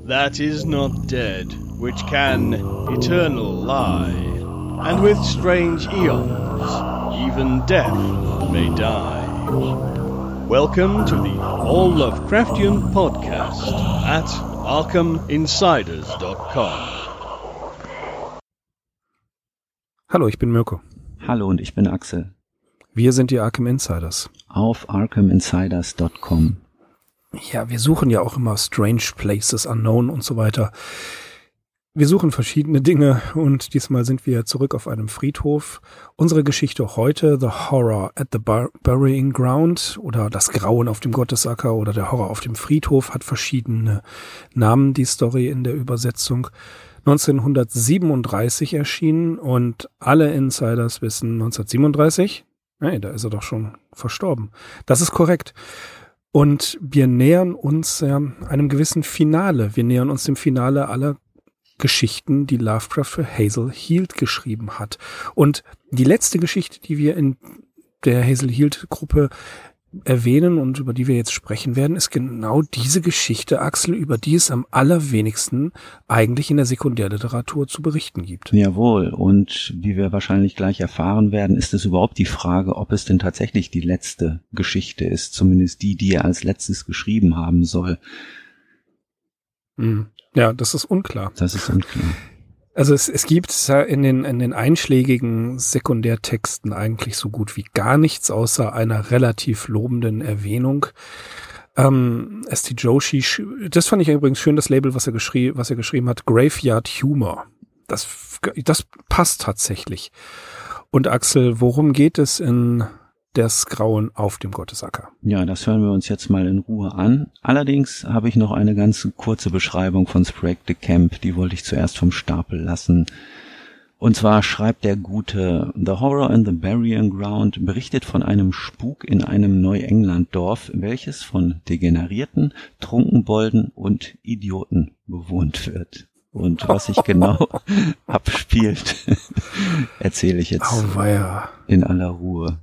that is not dead, which can eternal lie, and with strange eons, even death may die. Welcome to the All Lovecraftian Podcast at ArkhamInsiders.com. Hallo, ich bin Mirko. Hallo und ich bin Axel. Wir sind die Arkham Insiders. Auf ArkhamInsiders.com. Ja, wir suchen ja auch immer Strange Places, Unknown und so weiter. Wir suchen verschiedene Dinge und diesmal sind wir zurück auf einem Friedhof. Unsere Geschichte heute, The Horror at the Burying Ground oder Das Grauen auf dem Gottesacker oder Der Horror auf dem Friedhof, hat verschiedene Namen, die Story in der Übersetzung. 1937 erschienen und alle Insiders wissen 1937. Hey, da ist er doch schon verstorben. Das ist korrekt. Und wir nähern uns einem gewissen Finale. Wir nähern uns dem Finale aller Geschichten, die Lovecraft für Hazel Heald geschrieben hat. Und die letzte Geschichte, die wir in der Hazel Heald-Gruppe erwähnen und über die wir jetzt sprechen werden, ist genau diese Geschichte, Axel, über die es am allerwenigsten eigentlich in der Sekundärliteratur zu berichten gibt. Jawohl, und wie wir wahrscheinlich gleich erfahren werden, ist es überhaupt die Frage, ob es denn tatsächlich die letzte Geschichte ist, zumindest die er als letztes geschrieben haben soll. Ja, das ist unklar. Das ist unklar. Also es gibt in den einschlägigen Sekundärtexten eigentlich so gut wie gar nichts, außer einer relativ lobenden Erwähnung. S.T. Joshi, das fand ich übrigens schön, das Label, was er geschrieben hat, Graveyard Humor. Das passt tatsächlich. Und Axel, worum geht es in Das Grauen auf dem Gottesacker? Ja, das hören wir uns jetzt mal in Ruhe an. Allerdings habe ich noch eine ganz kurze Beschreibung von Sprague de Camp, die wollte ich zuerst vom Stapel lassen. Und zwar schreibt der Gute: The Horror in the Burying Ground berichtet von einem Spuk in einem Neuengland-Dorf, welches von Degenerierten, Trunkenbolden und Idioten bewohnt wird. Und was sich genau abspielt, erzähle ich jetzt in aller Ruhe.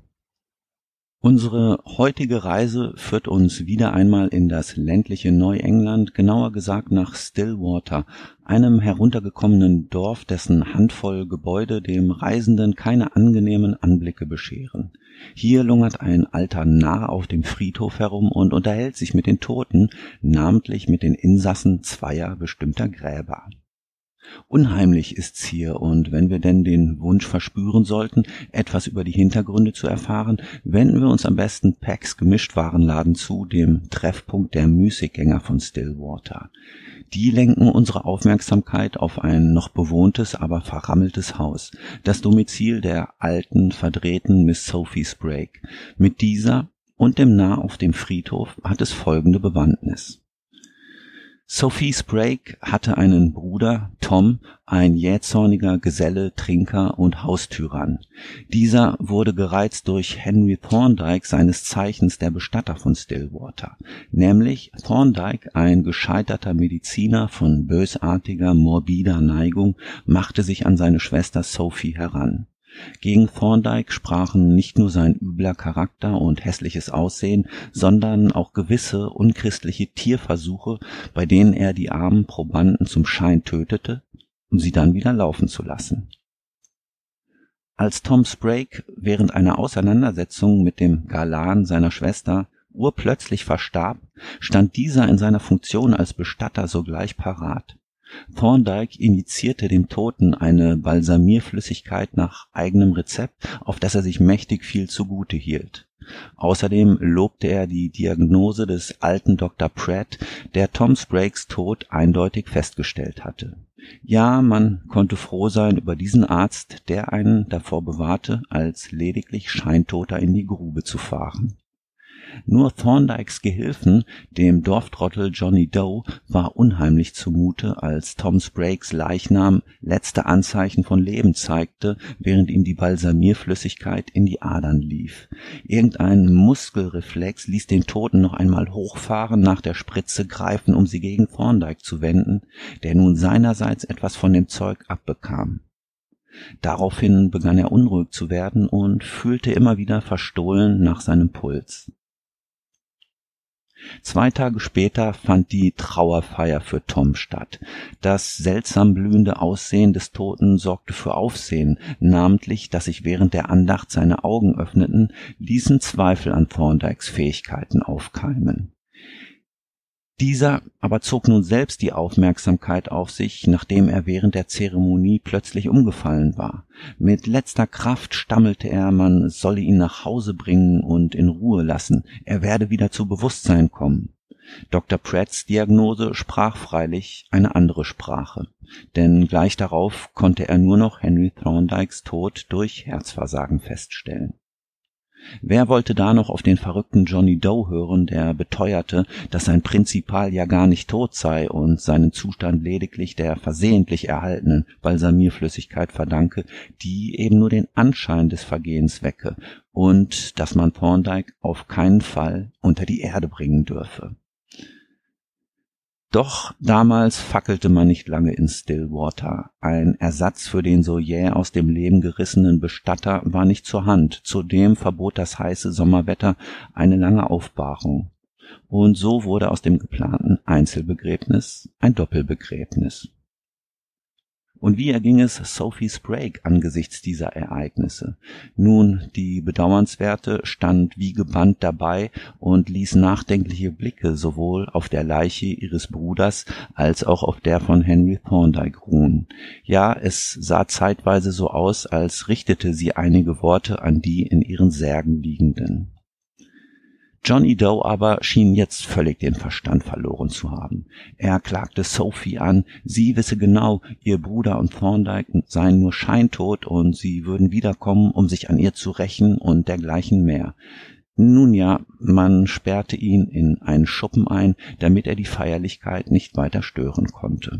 Unsere heutige Reise führt uns wieder einmal in das ländliche Neuengland, genauer gesagt nach Stillwater, einem heruntergekommenen Dorf, dessen Handvoll Gebäude dem Reisenden keine angenehmen Anblicke bescheren. Hier lungert ein alter Narr auf dem Friedhof herum und unterhält sich mit den Toten, namentlich mit den Insassen zweier bestimmter Gräber. Unheimlich ist's hier, und wenn wir denn den Wunsch verspüren sollten, etwas über die Hintergründe zu erfahren, wenden wir uns am besten Packs Gemischtwarenladen zu, dem Treffpunkt der Müßiggänger von Stillwater. Die lenken unsere Aufmerksamkeit auf ein noch bewohntes, aber verrammeltes Haus, das Domizil der alten, verdrehten Miss Sophie Sprague. Mit dieser und dem Narr auf dem Friedhof hat es folgende Bewandtnis. Sophie Sprague hatte einen Bruder, Tom, ein jähzorniger Geselle, Trinker und Haustyrann. Dieser wurde gereizt durch Henry Thorndyke, seines Zeichens der Bestatter von Stillwater. Nämlich Thorndyke, ein gescheiterter Mediziner von bösartiger, morbider Neigung, machte sich an seine Schwester Sophie heran. Gegen Thorndyke sprachen nicht nur sein übler Charakter und hässliches Aussehen, sondern auch gewisse unchristliche Tierversuche, bei denen er die armen Probanden zum Schein tötete, um sie dann wieder laufen zu lassen. Als Tom Sprague während einer Auseinandersetzung mit dem Galan seiner Schwester urplötzlich verstarb, stand dieser in seiner Funktion als Bestatter sogleich parat. Thorndyke injizierte dem Toten eine Balsamierflüssigkeit nach eigenem Rezept, auf das er sich mächtig viel zugute hielt. Außerdem lobte er die Diagnose des alten Dr. Pratt, der Tom Spragues Tod eindeutig festgestellt hatte. Ja, man konnte froh sein über diesen Arzt, der einen davor bewahrte, als lediglich Scheintoter in die Grube zu fahren. Nur Thorndykes Gehilfen, dem Dorftrottel Johnny Doe, war unheimlich zumute, als Tom Spragues Leichnam letzte Anzeichen von Leben zeigte, während ihm die Balsamierflüssigkeit in die Adern lief. Irgendein Muskelreflex ließ den Toten noch einmal hochfahren, nach der Spritze greifen, um sie gegen Thorndyke zu wenden, der nun seinerseits etwas von dem Zeug abbekam. Daraufhin begann er unruhig zu werden und fühlte immer wieder verstohlen nach seinem Puls. 2 Tage später fand die Trauerfeier für Tom statt. Das seltsam blühende Aussehen des Toten sorgte für Aufsehen, namentlich, dass sich während der Andacht seine Augen öffneten, ließen Zweifel an Thorndikes Fähigkeiten aufkeimen. Dieser aber zog nun selbst die Aufmerksamkeit auf sich, nachdem er während der Zeremonie plötzlich umgefallen war. Mit letzter Kraft stammelte er, man solle ihn nach Hause bringen und in Ruhe lassen, er werde wieder zu Bewusstsein kommen. Dr. Pratts Diagnose sprach freilich eine andere Sprache, denn gleich darauf konnte er nur noch Henry Thorndikes Tod durch Herzversagen feststellen. Wer wollte da noch auf den verrückten Johnny Doe hören, der beteuerte, dass sein Prinzipal ja gar nicht tot sei und seinen Zustand lediglich der versehentlich erhaltenen Balsamierflüssigkeit verdanke, die eben nur den Anschein des Vergehens wecke und dass man Thorndyke auf keinen Fall unter die Erde bringen dürfe. Doch damals fackelte man nicht lange in Stillwater. Ein Ersatz für den so jäh aus dem Leben gerissenen Bestatter war nicht zur Hand. Zudem verbot das heiße Sommerwetter eine lange Aufbahrung. Und so wurde aus dem geplanten Einzelbegräbnis ein Doppelbegräbnis. Und wie erging es Sophie Sprague angesichts dieser Ereignisse? Nun, die Bedauernswerte stand wie gebannt dabei und ließ nachdenkliche Blicke sowohl auf der Leiche ihres Bruders als auch auf der von Henry Thorndyke ruhen. Ja, es sah zeitweise so aus, als richtete sie einige Worte an die in ihren Särgen liegenden. Johnny Doe aber schien jetzt völlig den Verstand verloren zu haben. Er klagte Sophie an, sie wisse genau, ihr Bruder und Thorndyke seien nur scheintot und sie würden wiederkommen, um sich an ihr zu rächen und dergleichen mehr. Nun ja, man sperrte ihn in einen Schuppen ein, damit er die Feierlichkeit nicht weiter stören konnte.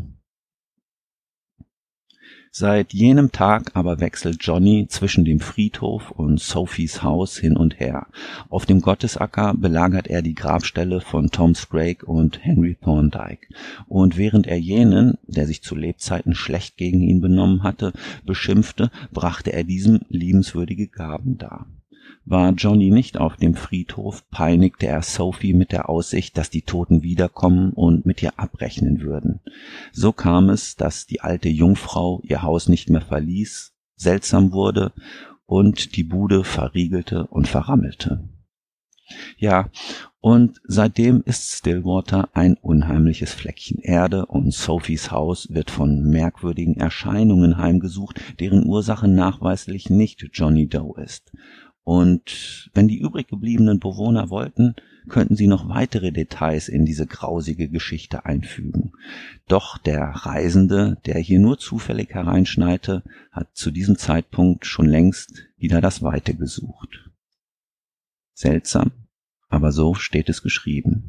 Seit jenem Tag aber wechselt Johnny zwischen dem Friedhof und Sophies Haus hin und her. Auf dem Gottesacker belagert er die Grabstelle von Tom Sprague und Henry Thorndyke. Und während er jenen, der sich zu Lebzeiten schlecht gegen ihn benommen hatte, beschimpfte, brachte er diesem liebenswürdige Gaben dar. War Johnny nicht auf dem Friedhof, peinigte er Sophie mit der Aussicht, dass die Toten wiederkommen und mit ihr abrechnen würden. So kam es, dass die alte Jungfrau ihr Haus nicht mehr verließ, seltsam wurde und die Bude verriegelte und verrammelte. Ja, und seitdem ist Stillwater ein unheimliches Fleckchen Erde und Sophies Haus wird von merkwürdigen Erscheinungen heimgesucht, deren Ursache nachweislich nicht Johnny Doe ist. Und wenn die übrig gebliebenen Bewohner wollten, könnten sie noch weitere Details in diese grausige Geschichte einfügen. Doch der Reisende, der hier nur zufällig hereinschneite, hat zu diesem Zeitpunkt schon längst wieder das Weite gesucht. Seltsam, aber so steht es geschrieben.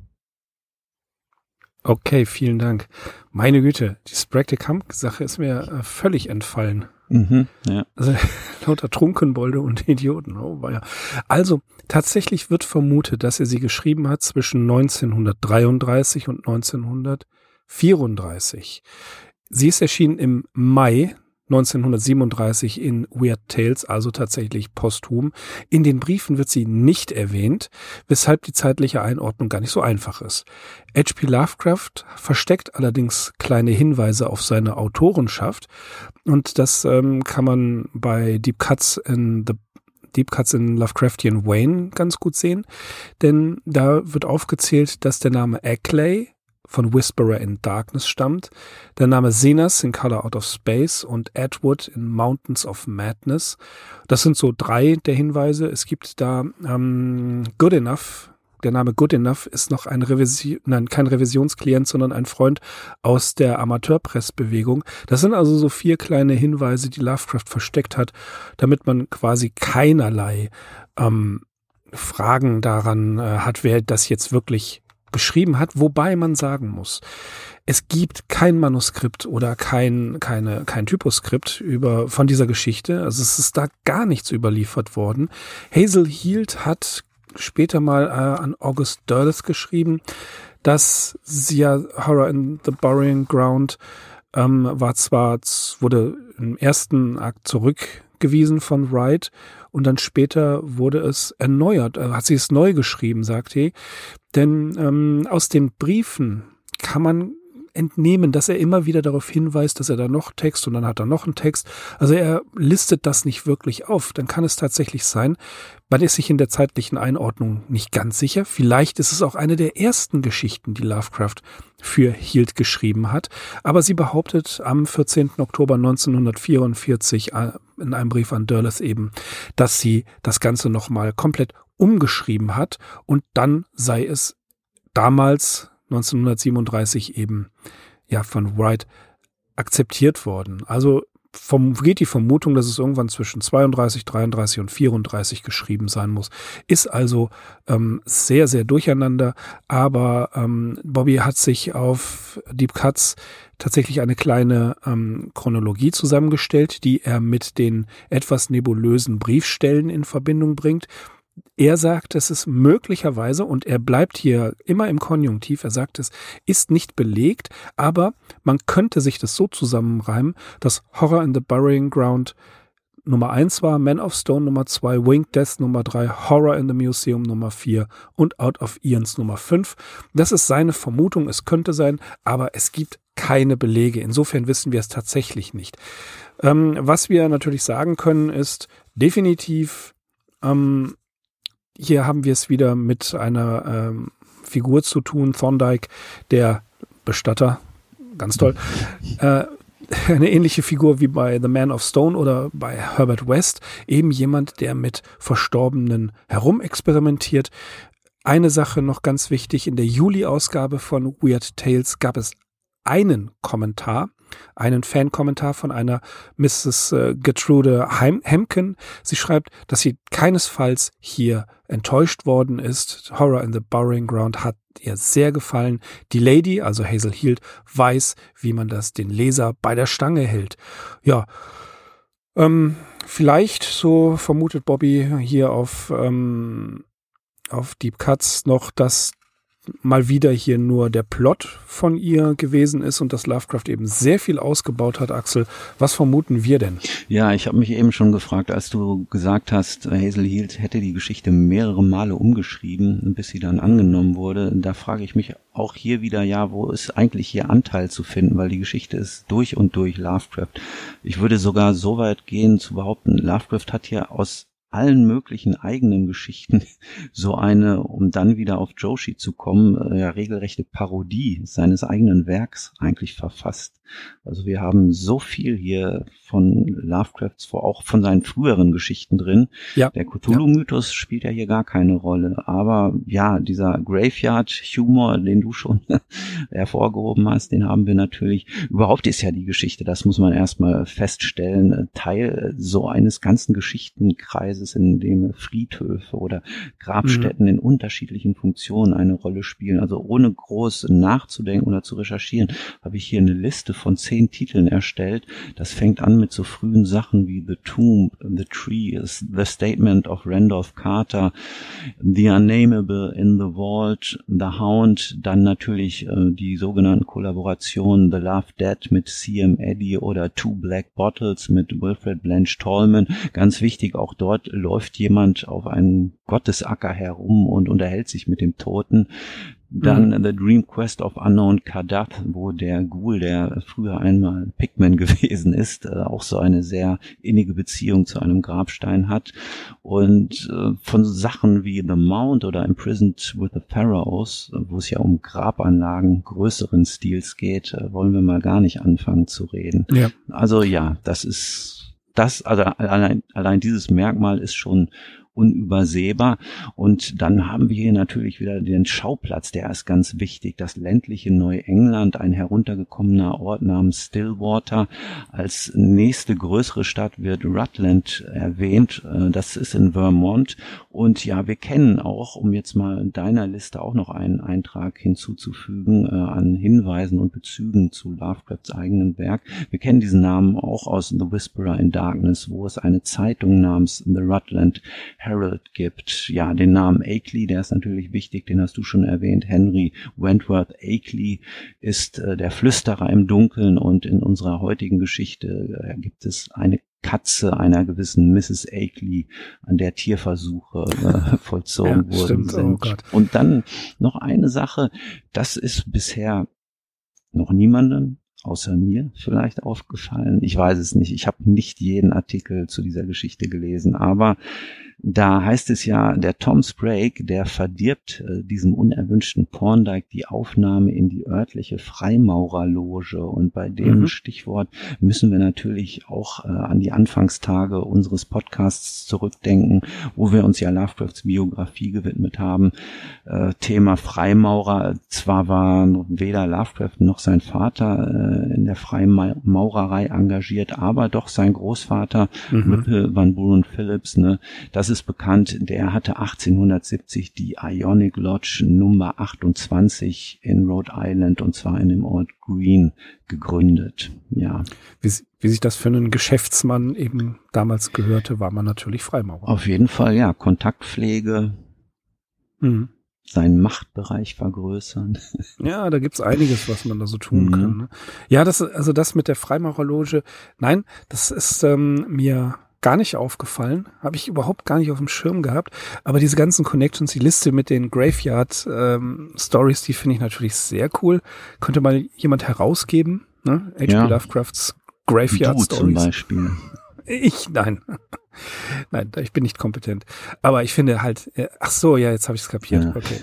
Okay, vielen Dank. Meine Güte, die Sprague-de-Camp-Sache ist mir völlig entfallen. Ja. Also lauter Trunkenbolde und Idioten. Oh, ja. Also tatsächlich wird vermutet, dass er sie geschrieben hat zwischen 1933 und 1934. Sie ist erschienen im Mai 1937 in Weird Tales, also tatsächlich posthum. In den Briefen wird sie nicht erwähnt, weshalb die zeitliche Einordnung gar nicht so einfach ist. H.P. Lovecraft versteckt allerdings kleine Hinweise auf seine Autorenschaft und das kann man bei Deep Cuts in Lovecraftian Wayne ganz gut sehen, denn da wird aufgezählt, dass der Name Ackley von Whisperer in Darkness stammt, der Name Zenas in Color Out of Space und Edward in Mountains of Madness. Das sind so 3 der Hinweise. Es gibt da Good Enough. Der Name Good Enough ist noch kein Revisionsklient, sondern ein Freund aus der Amateurpressbewegung. Das sind also so 4 kleine Hinweise, die Lovecraft versteckt hat, damit man quasi keinerlei Fragen daran hat, wer das jetzt wirklich geschrieben hat, wobei man sagen muss, es gibt kein Manuskript oder kein Typoskript von dieser Geschichte. Also es ist da gar nichts überliefert worden. Hazel Heald hat später mal an August Derleth geschrieben, dass sie ja Horror in the Burying Ground wurde im ersten Akt zurückgedreht abgewiesen von Wright und dann später wurde es erneuert, hat sie es neu geschrieben, sagt sie. Denn aus den Briefen kann man entnehmen, dass er immer wieder darauf hinweist, dass er da noch Text und dann hat er noch einen Text. Also er listet das nicht wirklich auf. Dann kann es tatsächlich sein, man ist sich in der zeitlichen Einordnung nicht ganz sicher. Vielleicht ist es auch eine der ersten Geschichten, die Lovecraft für Hield geschrieben hat. Aber sie behauptet am 14. Oktober 1944 in einem Brief an Derleth eben, dass sie das Ganze nochmal komplett umgeschrieben hat und dann sei es damals 1937 eben ja von Wright akzeptiert worden. Also geht die Vermutung, dass es irgendwann zwischen 32, 33 und 34 geschrieben sein muss. Ist also sehr, sehr durcheinander, aber Bobby hat sich auf Deep Cuts tatsächlich eine kleine Chronologie zusammengestellt, die er mit den etwas nebulösen Briefstellen in Verbindung bringt. Er sagt, es ist möglicherweise, und er bleibt hier immer im Konjunktiv, er sagt, es ist nicht belegt, aber man könnte sich das so zusammenreimen, dass Horror in the Burying Ground Nummer 1 war, Man of Stone Nummer 2, Winged Death Nummer 3, Horror in the Museum Nummer 4 und Out of Eons Nummer 5. Das ist seine Vermutung, es könnte sein, aber es gibt keine Belege. Insofern wissen wir es tatsächlich nicht. Was wir natürlich sagen können, ist definitiv, hier haben wir es wieder mit einer Figur zu tun, Thorndike, der Bestatter, ganz toll, eine ähnliche Figur wie bei The Man of Stone oder bei Herbert West, eben jemand, der mit Verstorbenen herumexperimentiert. Eine Sache noch ganz wichtig, in der Juli-Ausgabe von Weird Tales gab es einen Kommentar, einen Fan-Kommentar von einer Mrs. Gertrude Hemken. Sie schreibt, dass sie keinesfalls hier enttäuscht worden ist. Horror in the Burying Ground hat ihr sehr gefallen. Die Lady, also Hazel Hield, weiß, wie man das den Leser bei der Stange hält. Ja, vielleicht, so vermutet Bobby hier auf Deep Cuts noch, dass mal wieder hier nur der Plot von ihr gewesen ist und dass Lovecraft eben sehr viel ausgebaut hat. Axel, was vermuten wir denn? Ja, ich habe mich eben schon gefragt, als du gesagt hast, Hazel Hield hätte die Geschichte mehrere Male umgeschrieben, bis sie dann angenommen wurde. Da frage ich mich auch hier wieder, ja, wo ist eigentlich hier Anteil zu finden, weil die Geschichte ist durch und durch Lovecraft. Ich würde sogar so weit gehen zu behaupten, Lovecraft hat hier aus allen möglichen eigenen Geschichten so eine, um dann wieder auf Joshi zu kommen, ja, regelrechte Parodie seines eigenen Werks eigentlich verfasst. Also wir haben so viel hier von Lovecrafts, auch von seinen früheren Geschichten drin. Ja. Der Cthulhu-Mythos spielt ja hier gar keine Rolle. Aber ja, dieser Graveyard-Humor, den du schon hervorgehoben hast, den haben wir natürlich. Überhaupt ist ja die Geschichte, das muss man erstmal feststellen, Teil so eines ganzen Geschichtenkreises, in dem Friedhöfe oder Grabstätten in unterschiedlichen Funktionen eine Rolle spielen. Also ohne groß nachzudenken oder zu recherchieren, habe ich hier eine Liste von 10 Titeln erstellt. Das fängt an mit so frühen Sachen wie The Tomb, The Tree, The Statement of Randolph Carter, The Unnameable in the Vault, The Hound, dann natürlich die sogenannten Kollaborationen The Love Dead mit C.M. Eddy oder Two Black Bottles mit Wilfred Blanche Tolman. Ganz wichtig, auch dort läuft jemand auf einem Gottesacker herum und unterhält sich mit dem Toten. Dann The Dream Quest of Unknown Kadath, wo der Ghoul, der früher einmal Pigman gewesen ist, auch so eine sehr innige Beziehung zu einem Grabstein hat. Und von Sachen wie The Mount oder Imprisoned with the Pharaohs, wo es ja um Grabanlagen größeren Stils geht, wollen wir mal gar nicht anfangen zu reden. Ja. Also ja, also allein dieses Merkmal ist schon unübersehbar. Und dann haben wir hier natürlich wieder den Schauplatz, der ist ganz wichtig. Das ländliche Neuengland, ein heruntergekommener Ort namens Stillwater. Als nächste größere Stadt wird Rutland erwähnt. Das ist in Vermont. Und ja, wir kennen auch, um jetzt mal in deiner Liste auch noch einen Eintrag hinzuzufügen, an Hinweisen und Bezügen zu Lovecrafts eigenem Werk. Wir kennen diesen Namen auch aus The Whisperer in Darkness, wo es eine Zeitung namens The Rutland Herald gibt. Ja, den Namen Akeley, der ist natürlich wichtig, den hast du schon erwähnt. Henry Wentworth Akeley ist der Flüsterer im Dunkeln und in unserer heutigen Geschichte gibt es eine Katze einer gewissen Mrs. Akeley, an der Tierversuche vollzogen worden sind. Oh Gott. Und dann noch eine Sache, das ist bisher noch niemandem außer mir vielleicht aufgefallen. Ich weiß es nicht. Ich habe nicht jeden Artikel zu dieser Geschichte gelesen, aber da heißt es ja, der Tom Sprague, der verdirbt diesem unerwünschten Porndyke die Aufnahme in die örtliche Freimaurerloge. Und bei dem Stichwort müssen wir natürlich auch an die Anfangstage unseres Podcasts zurückdenken, wo wir uns ja Lovecrafts Biografie gewidmet haben. Thema Freimaurer. Zwar waren weder Lovecraft noch sein Vater in der Freimaurerei engagiert, aber doch sein Großvater, Whipple Van Buren Phillips, ne, das ist bekannt, der hatte 1870 die Ionic Lodge Nummer 28 in Rhode Island, und zwar in dem Ort Green, gegründet. Ja. Wie sich das für einen Geschäftsmann eben damals gehörte, war man natürlich Freimaurer. Auf jeden Fall, ja. Kontaktpflege, seinen Machtbereich vergrößern. Ja, da gibt's einiges, was man da so tun kann. Ne? Ja, das mit der Freimaurerloge, nein, das ist mir gar nicht aufgefallen, habe ich überhaupt gar nicht auf dem Schirm gehabt, aber diese ganzen Connections, die Liste mit den Graveyard Stories, die finde ich natürlich sehr cool. Könnte mal jemand herausgeben, ne? H.P. Lovecrafts Graveyard Stories. Zum Beispiel. Nein, ich bin nicht kompetent. Aber ich finde halt, ach so, ja, jetzt habe ich es kapiert. Ja. Okay.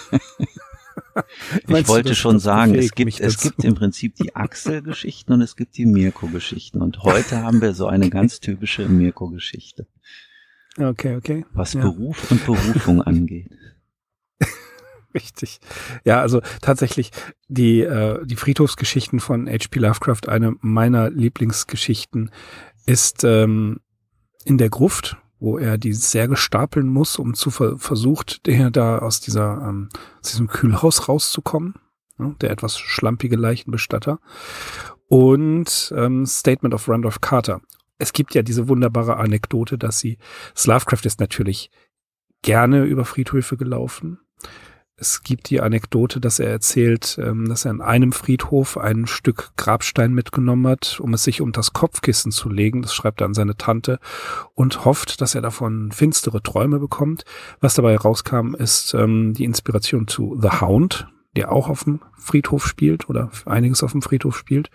Ich wollte schon sagen, es gibt im Prinzip die Axel-Geschichten und es gibt die Mirko-Geschichten. Und heute haben wir so eine ganz typische Mirko-Geschichte. Okay. Was Beruf und Berufung angeht. Richtig. Ja, also tatsächlich die Friedhofsgeschichten von H.P. Lovecraft, eine meiner Lieblingsgeschichten, ist in der Gruft, wo er die Särge stapeln muss, um versucht, der da aus diesem Kühlhaus rauszukommen, ne, der etwas schlampige Leichenbestatter, und Statement of Randolph Carter. Es gibt ja diese wunderbare Anekdote, dass Lovecraft ist natürlich gerne über Friedhöfe gelaufen. Es gibt die Anekdote, dass er erzählt, dass er an einem Friedhof ein Stück Grabstein mitgenommen hat, um es sich unter das Kopfkissen zu legen. Das schreibt er an seine Tante und hofft, dass er davon finstere Träume bekommt. Was dabei rauskam, ist die Inspiration zu The Hound, der auch auf dem Friedhof spielt oder einiges auf dem Friedhof spielt.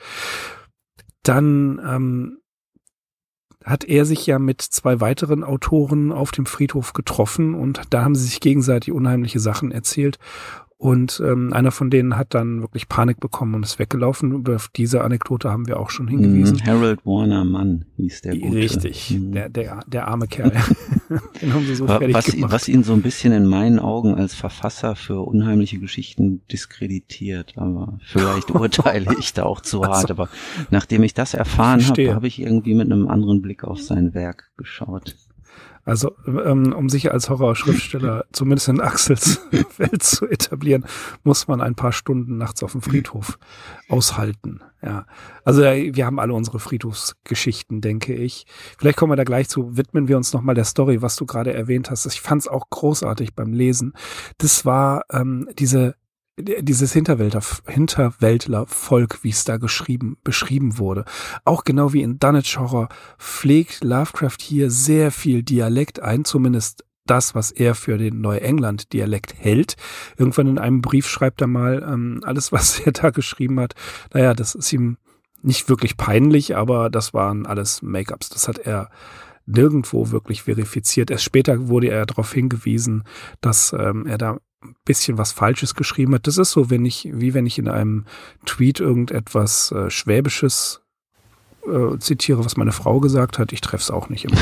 Dann hat er sich ja mit 2 weiteren Autoren auf dem Friedhof getroffen und da haben sie sich gegenseitig unheimliche Sachen erzählt. Und einer von denen hat dann wirklich Panik bekommen und ist weggelaufen. Über diese Anekdote haben wir auch schon hingewiesen. Harold Warner Mann hieß der Gute. Richtig, der arme Kerl. Den haben sie so fertig gemacht. Was ihn so ein bisschen in meinen Augen als Verfasser für unheimliche Geschichten diskreditiert. Aber vielleicht urteile ich da auch zu hart. Aber nachdem ich das erfahren habe ich irgendwie mit einem anderen Blick auf sein Werk geschaut. Also um sich als Horrorschriftsteller zumindest in Axels Welt zu etablieren, muss man ein paar Stunden nachts auf dem Friedhof aushalten. Ja, also wir haben alle unsere Friedhofsgeschichten, denke ich. Vielleicht kommen wir da gleich zu. Widmen wir uns nochmal der Story, was du gerade erwähnt hast. Ich fand es auch großartig beim Lesen. Das war dieses Hinterwäldlervolk, wie es da beschrieben wurde. Auch genau wie in Dunwich Horror pflegt Lovecraft hier sehr viel Dialekt ein, zumindest das, was er für den Neuengland-Dialekt hält. Irgendwann in einem Brief schreibt er mal, alles, was er da geschrieben hat, naja, das ist ihm nicht wirklich peinlich, aber das waren alles Make-ups. Das hat er nirgendwo wirklich verifiziert. Erst später wurde er darauf hingewiesen, dass er da ein bisschen was Falsches geschrieben hat. Das ist so, wie wenn ich in einem Tweet irgendetwas Schwäbisches zitiere, was meine Frau gesagt hat. Ich treffe es auch nicht immer.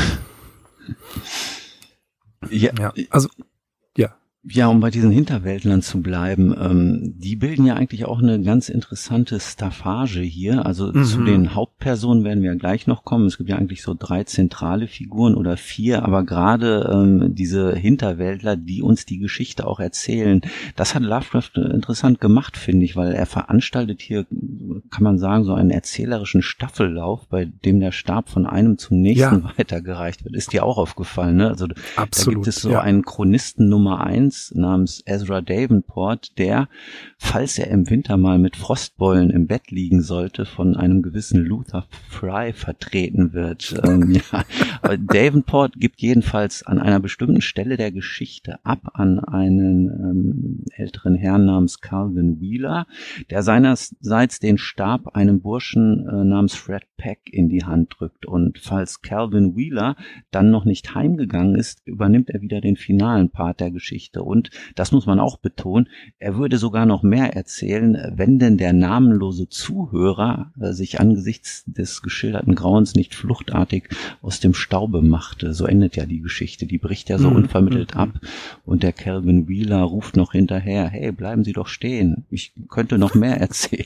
Ja, um bei diesen Hinterwäldlern zu bleiben, die bilden ja eigentlich auch eine ganz interessante Staffage hier. Also zu den Hauptpersonen werden wir ja gleich noch kommen. Es gibt ja eigentlich so 3 zentrale Figuren oder 4, aber gerade diese Hinterwäldler, die uns die Geschichte auch erzählen, das hat Lovecraft interessant gemacht, finde ich, weil er veranstaltet hier kann man sagen, so einen erzählerischen Staffellauf, bei dem der Stab von einem zum nächsten weitergereicht wird. Ist dir auch aufgefallen, ne? Also absolut, da gibt es so einen Chronisten Nummer 1 namens Ezra Davenport, der, falls er im Winter mal mit Frostbeulen im Bett liegen sollte, von einem gewissen Luther Fry vertreten wird. Aber Davenport gibt jedenfalls an einer bestimmten Stelle der Geschichte ab an einen älteren Herrn namens Calvin Wheeler, der seinerseits den Stab einem Burschen namens Fred Peck in die Hand drückt. Und falls Calvin Wheeler dann noch nicht heimgegangen ist, übernimmt er wieder den finalen Part der Geschichte. Und, das muss man auch betonen, er würde sogar noch mehr erzählen, wenn denn der namenlose Zuhörer sich angesichts des geschilderten Grauens nicht fluchtartig aus dem Staube machte. So endet ja die Geschichte. Die bricht ja so unvermittelt ab. Und der Calvin Wheeler ruft noch hinterher, hey, bleiben Sie doch stehen. Ich könnte noch mehr erzählen.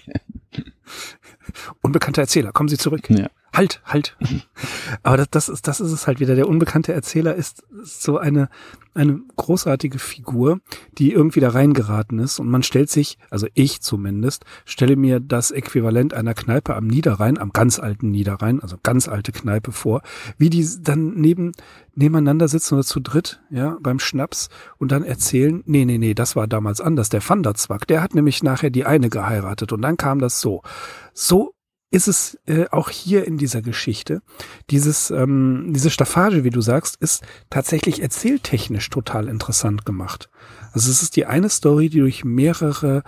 Unbekannter Erzähler, kommen Sie zurück. Ja. Halt. Aber das ist es halt wieder. Der unbekannte Erzähler ist so eine großartige Figur, die irgendwie da reingeraten ist. Und man stellt sich, also ich zumindest, stelle mir das Äquivalent einer Kneipe am Niederrhein, am ganz alten Niederrhein, also ganz alte Kneipe vor, wie die dann nebeneinander sitzen oder zu dritt, ja, beim Schnaps und dann erzählen, nee, das war damals anders. Der Van der Zwack, der hat nämlich nachher die eine geheiratet und dann kam das so. So ist es auch hier in dieser Geschichte. Diese Staffage, wie du sagst, ist tatsächlich erzähltechnisch total interessant gemacht. Also es ist die eine Story, die durch mehrere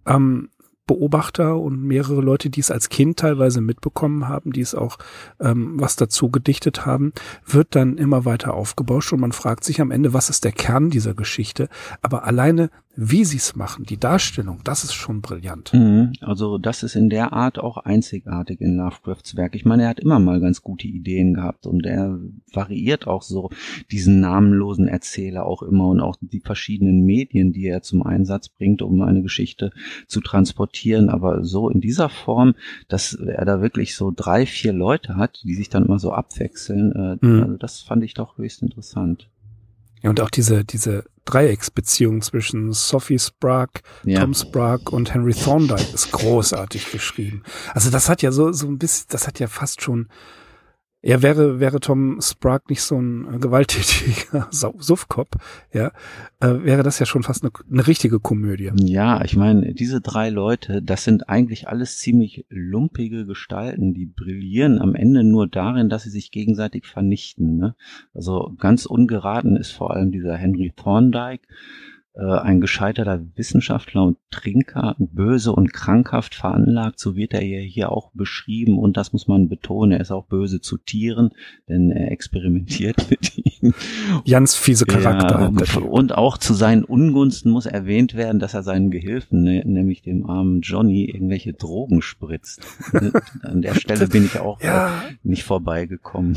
Beobachter und mehrere Leute, die es als Kind teilweise mitbekommen haben, die es auch was dazu gedichtet haben, wird dann immer weiter aufgebauscht und man fragt sich am Ende, was ist der Kern dieser Geschichte? Aber alleine, wie sie es machen, die Darstellung, das ist schon brillant. Also das ist in der Art auch einzigartig in Lovecrafts Werk. Ich meine, er hat immer mal ganz gute Ideen gehabt und er variiert auch so diesen namenlosen Erzähler auch immer und auch die verschiedenen Medien, die er zum Einsatz bringt, um eine Geschichte zu transportieren. Aber so in dieser Form, dass er da wirklich so 3, 4 Leute hat, die sich dann immer so abwechseln, also das fand ich doch höchst interessant. Ja, und auch diese Dreiecksbeziehung zwischen Sophie Sprague, Tom Sprague und Henry Thorndike ist großartig geschrieben. Also das hat ja so ein bisschen, das hat ja fast schon, ja, wäre Tom Sprague nicht so ein gewalttätiger Suffkopf, ja, wäre das ja schon fast eine richtige Komödie. Ja, ich meine, diese 3 Leute, das sind eigentlich alles ziemlich lumpige Gestalten, die brillieren am Ende nur darin, dass sie sich gegenseitig vernichten, ne? Also ganz ungeraten ist vor allem dieser Henry Thorndike, ein gescheiterter Wissenschaftler und Trinker, böse und krankhaft veranlagt, so wird er ja hier auch beschrieben und das muss man betonen, er ist auch böse zu Tieren, denn er experimentiert mit ihnen. Ganz fiese Charakter. Ja, und auch zu seinen Ungunsten muss erwähnt werden, dass er seinen Gehilfen, nämlich dem armen Johnny, irgendwelche Drogen spritzt. An der Stelle bin ich auch nicht vorbeigekommen.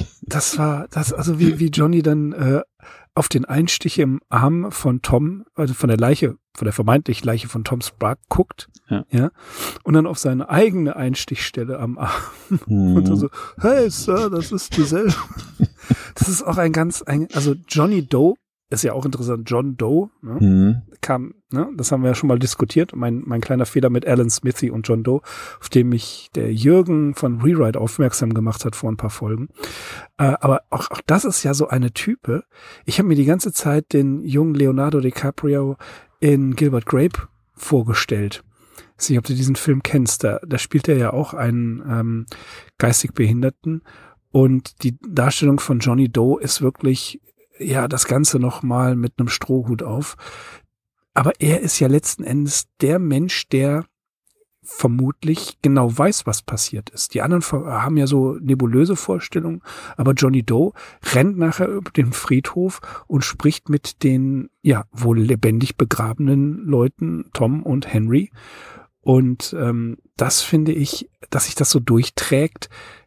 Also wie Johnny dann auf den Einstich im Arm von Tom, also von der vermeintlichen Leiche von Tom Sprague guckt, ja, und dann auf seine eigene Einstichstelle am Arm und dann so, hey Sir, das ist dieselbe. Das ist auch also Johnny Doe ist ja auch interessant, John Doe, ne, kam, ne, das haben wir ja schon mal diskutiert, mein kleiner Fehler mit Alan Smithy und John Doe, auf dem mich der Jürgen von Rewrite aufmerksam gemacht hat vor ein paar Folgen. Aber auch das ist ja so eine Type. Ich habe mir die ganze Zeit den jungen Leonardo DiCaprio in Gilbert Grape vorgestellt. Ich weiß nicht, ob du diesen Film kennst, da spielt er ja auch einen geistig Behinderten und die Darstellung von Johnny Doe ist wirklich, ja, das Ganze nochmal mit einem Strohhut auf. Aber er ist ja letzten Endes der Mensch, der vermutlich genau weiß, was passiert ist. Die anderen haben ja so nebulöse Vorstellungen, aber Johnny Doe rennt nachher über den Friedhof und spricht mit den, ja, wohl lebendig begrabenen Leuten, Tom und Henry. Und das finde ich, dass sich das so durchträgt,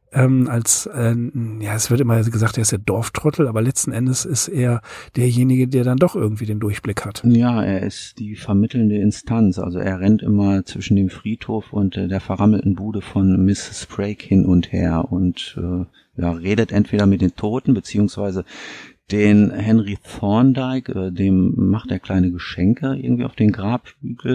es wird immer gesagt, er ist der Dorftrottel, aber letzten Endes ist er derjenige, der dann doch irgendwie den Durchblick hat. Ja, er ist die vermittelnde Instanz. Also er rennt immer zwischen dem Friedhof und der verrammelten Bude von Miss Sprague hin und her und redet entweder mit den Toten, beziehungsweise den Henry Thorndike, dem macht er kleine Geschenke irgendwie auf den Grabhügel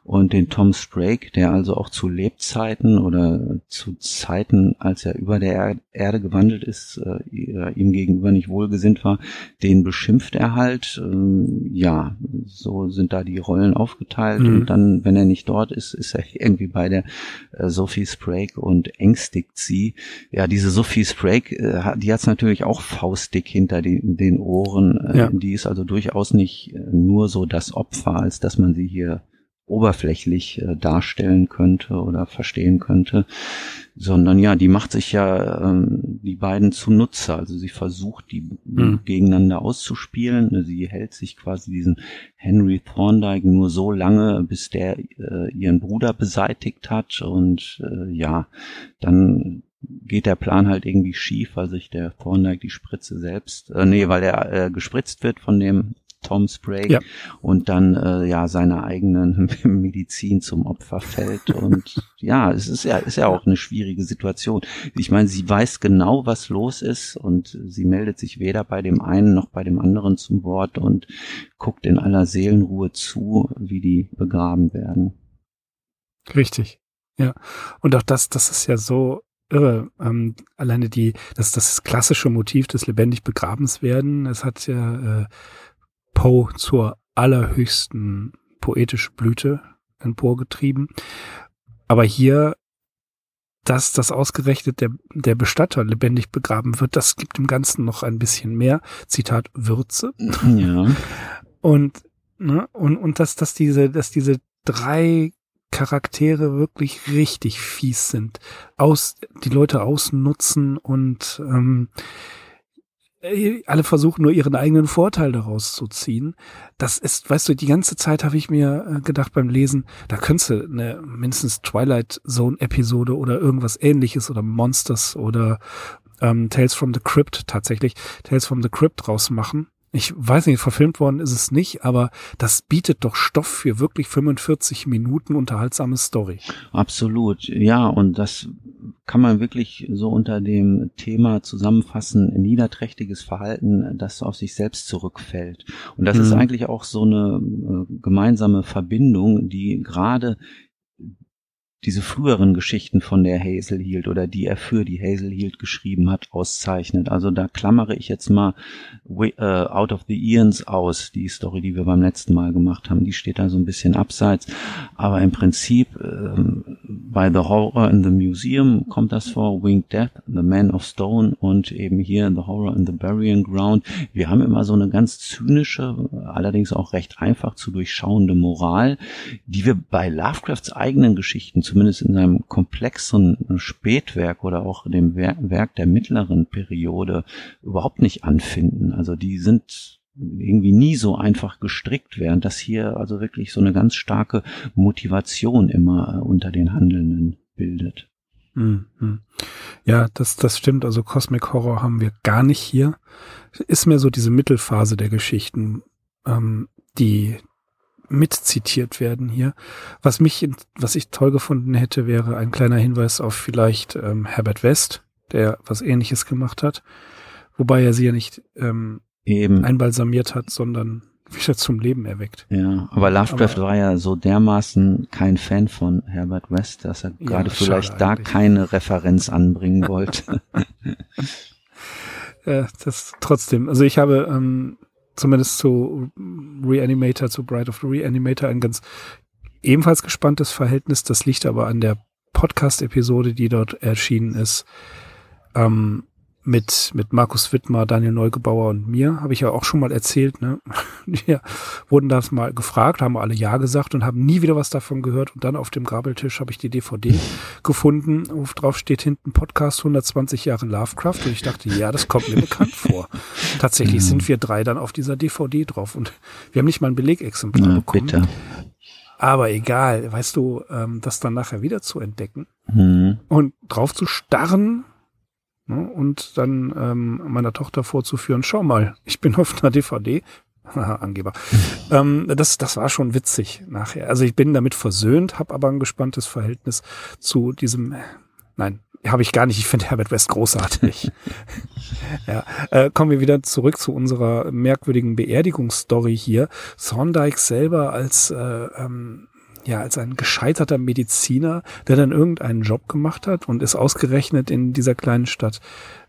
und den Tom Sprague, der also auch zu Lebzeiten oder zu Zeiten, als er über der Erde gewandelt ist, ihm gegenüber nicht wohlgesinnt war, den beschimpft er halt. Ja, so sind da die Rollen aufgeteilt und dann, wenn er nicht dort ist, ist er irgendwie bei der Sophie Sprague und ängstigt sie. Ja, diese Sophie Sprague, die hat's natürlich auch faustdick hinter den Ohren. Die ist also durchaus nicht nur so das Opfer, als dass man sie hier oberflächlich darstellen könnte oder verstehen könnte, sondern ja, die macht sich ja die beiden zunutze. Also sie versucht, die gegeneinander auszuspielen. Sie hält sich quasi diesen Henry Thorndyke nur so lange, bis der ihren Bruder beseitigt hat und ja, dann geht der Plan halt irgendwie schief, weil sich der Thorndyke die Spritze selbst, weil er gespritzt wird von dem Tom Sprague und dann seiner eigenen Medizin zum Opfer fällt und ja, es ist ja auch eine schwierige Situation. Ich meine, sie weiß genau, was los ist und sie meldet sich weder bei dem einen noch bei dem anderen zum Wort und guckt in aller Seelenruhe zu, wie die begraben werden. Richtig, ja. Und auch das ist ja so irre. Alleine das klassische Motiv des lebendig Begrabens werden, es hat ja Poe zur allerhöchsten poetischen Blüte emporgetrieben. Aber hier, dass das ausgerechnet der Bestatter lebendig begraben wird, das gibt dem Ganzen noch ein bisschen mehr, Zitat, Würze. Ja. Und dass diese drei Charaktere wirklich richtig fies sind, die Leute ausnutzen und alle versuchen nur ihren eigenen Vorteil daraus zu ziehen. Das ist, weißt du, die ganze Zeit habe ich mir gedacht beim Lesen, da könntest du eine mindestens Twilight Zone Episode oder irgendwas Ähnliches oder Monsters oder Tales from the Crypt draus machen. Ich weiß nicht, verfilmt worden ist es nicht, aber das bietet doch Stoff für wirklich 45 Minuten unterhaltsame Story. Absolut, ja, und das kann man wirklich so unter dem Thema zusammenfassen, niederträchtiges Verhalten, das auf sich selbst zurückfällt. Und das ist eigentlich auch so eine gemeinsame Verbindung, die gerade diese früheren Geschichten von der Hazel Heald oder die er für die Hazel Heald geschrieben hat, auszeichnet. Also da klammere ich jetzt mal Out of the Eons aus, die Story, die wir beim letzten Mal gemacht haben. Die steht da so ein bisschen abseits. Aber im Prinzip bei The Horror in the Museum kommt das vor, Winged Death, The Man of Stone und eben hier The Horror in the Burying Ground. Wir haben immer so eine ganz zynische, allerdings auch recht einfach zu durchschauende Moral, die wir bei Lovecrafts eigenen Geschichten, zumindest in seinem komplexen Spätwerk oder auch dem Werk der mittleren Periode, überhaupt nicht anfinden. Also die sind irgendwie nie so einfach gestrickt, während das hier also wirklich so eine ganz starke Motivation immer unter den Handelnden bildet. Ja, das stimmt. Also Cosmic Horror haben wir gar nicht hier. Ist mehr so diese Mittelphase der Geschichten, die mitzitiert werden hier. Was ich toll gefunden hätte, wäre ein kleiner Hinweis auf vielleicht Herbert West, der was Ähnliches gemacht hat, wobei er sie ja nicht eben einbalsamiert hat, sondern wieder zum Leben erweckt. Ja, aber Lovecraft war ja so dermaßen kein Fan von Herbert West, dass er gerade vielleicht da keine Referenz anbringen wollte. Das trotzdem. Also ich habe zumindest zu Bride of the Reanimator ein ganz ebenfalls gespanntes Verhältnis. Das liegt aber an der Podcast-Episode, die dort erschienen ist, mit Markus Wittmer, Daniel Neugebauer und mir, habe ich ja auch schon mal erzählt, ne? Wir wurden das mal gefragt, haben alle Ja gesagt und haben nie wieder was davon gehört und dann auf dem Grabeltisch habe ich die DVD gefunden, wo drauf steht hinten Podcast 120 Jahre Lovecraft und ich dachte, ja, das kommt mir bekannt vor. Tatsächlich sind wir 3 dann auf dieser DVD drauf und wir haben nicht mal ein Belegexemplar bekommen. Bitte. Aber egal, weißt du, das dann nachher wieder zu entdecken und drauf zu starren, und dann meiner Tochter vorzuführen, schau mal, ich bin auf einer DVD. Haha, Angeber. Das war schon witzig nachher. Also ich bin damit versöhnt, habe aber ein gespanntes Verhältnis zu diesem, nein, habe ich gar nicht. Ich finde Herbert West großartig. Ja, kommen wir wieder zurück zu unserer merkwürdigen Beerdigungsstory hier. Thorndyke selber als als ein gescheiterter Mediziner, der dann irgendeinen Job gemacht hat und ist ausgerechnet in dieser kleinen Stadt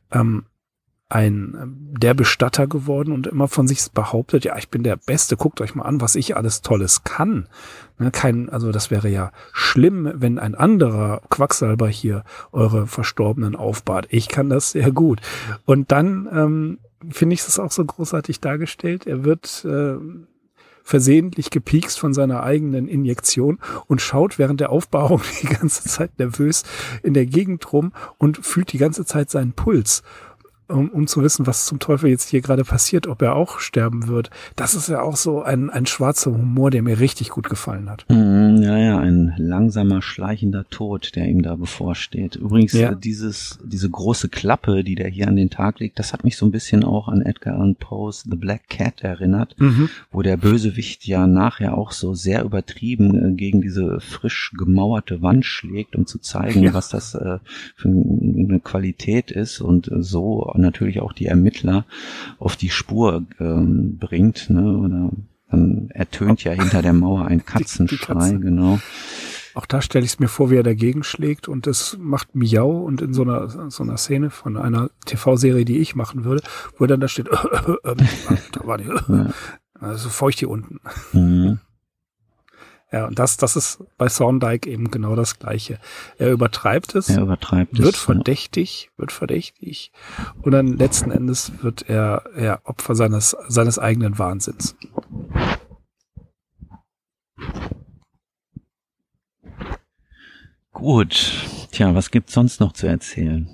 der Bestatter geworden und immer von sich behauptet, ja, ich bin der Beste, guckt euch mal an, was ich alles Tolles kann. Also das wäre ja schlimm, wenn ein anderer Quacksalber hier eure Verstorbenen aufbahrt. Ich kann das sehr gut. Und dann finde ich es auch so großartig dargestellt. Er wird versehentlich gepiekst von seiner eigenen Injektion und schaut während der Aufbahrung die ganze Zeit nervös in der Gegend rum und fühlt die ganze Zeit seinen Puls. Um zu wissen, was zum Teufel jetzt hier gerade passiert, ob er auch sterben wird. Das ist ja auch so ein schwarzer Humor, der mir richtig gut gefallen hat. Ja, ein langsamer, schleichender Tod, der ihm da bevorsteht. Übrigens, diese große Klappe, die der hier an den Tag legt, das hat mich so ein bisschen auch an Edgar Allan Poes The Black Cat erinnert, wo der Bösewicht ja nachher auch so sehr übertrieben gegen diese frisch gemauerte Wand schlägt, um zu zeigen, was das für eine Qualität ist und so natürlich auch die Ermittler auf die Spur bringt, ne? Oder dann ertönt ja hinter der Mauer ein Katzenschrei, genau. Auch da stelle ich es mir vor, wie er dagegen schlägt und es macht Miau und in so einer Szene von einer TV-Serie, die ich machen würde, wo er dann da steht, da war die, also feucht hier unten. Ja, und das ist bei Thorndike eben genau das Gleiche. Er übertreibt es, wird verdächtig und dann letzten Endes wird er Opfer seines eigenen Wahnsinns. Gut. Tja, was gibt's sonst noch zu erzählen?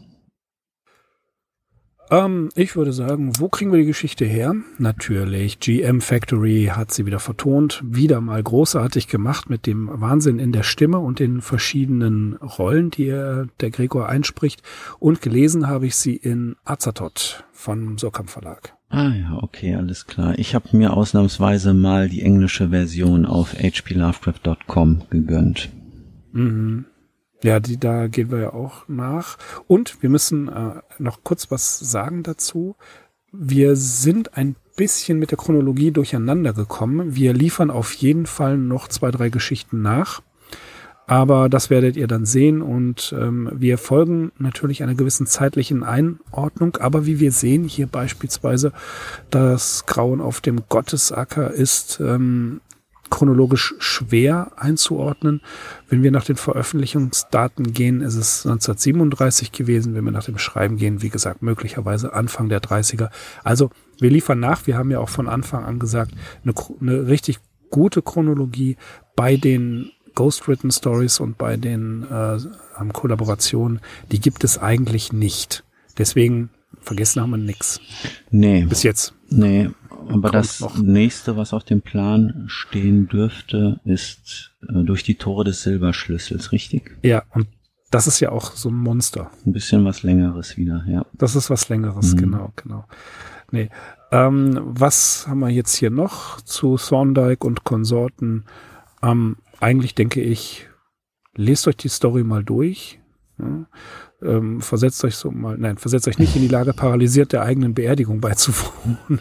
Ich würde sagen, wo kriegen wir die Geschichte her? Natürlich, GM Factory hat sie wieder vertont, wieder mal großartig gemacht mit dem Wahnsinn in der Stimme und den verschiedenen Rollen, die der Gregor einspricht. Und gelesen habe ich sie in Azathoth vom Surkamp Verlag. Ah ja, okay, alles klar. Ich habe mir ausnahmsweise mal die englische Version auf hplovecraft.com gegönnt. Ja, da gehen wir ja auch nach. Und wir müssen noch kurz was sagen dazu. Wir sind ein bisschen mit der Chronologie durcheinander gekommen. Wir liefern auf jeden Fall noch 2, 3 Geschichten nach. Aber das werdet ihr dann sehen. Und wir folgen natürlich einer gewissen zeitlichen Einordnung. Aber wie wir sehen, hier beispielsweise das Grauen auf dem Gottesacker ist chronologisch schwer einzuordnen. Wenn wir nach den Veröffentlichungsdaten gehen, ist es 1937 gewesen. Wenn wir nach dem Schreiben gehen, wie gesagt, möglicherweise Anfang der 30er. Also wir liefern nach. Wir haben ja auch von Anfang an gesagt, eine richtig gute Chronologie bei den Ghostwritten Stories und bei den Kollaborationen, die gibt es eigentlich nicht. Deswegen vergessen haben wir nichts. Nee. Bis jetzt. Nee. Aber das nächste, was auf dem Plan stehen dürfte, ist durch die Tore des Silberschlüssels, richtig? Ja, und das ist ja auch so ein Monster. Ein bisschen was Längeres wieder, ja. Das ist was Längeres, genau. Nee. Was haben wir jetzt hier noch zu Thorndike und Konsorten? Eigentlich denke ich, lest euch die Story mal durch. Ja. Versetzt euch nicht in die Lage, paralysiert der eigenen Beerdigung beizuwohnen.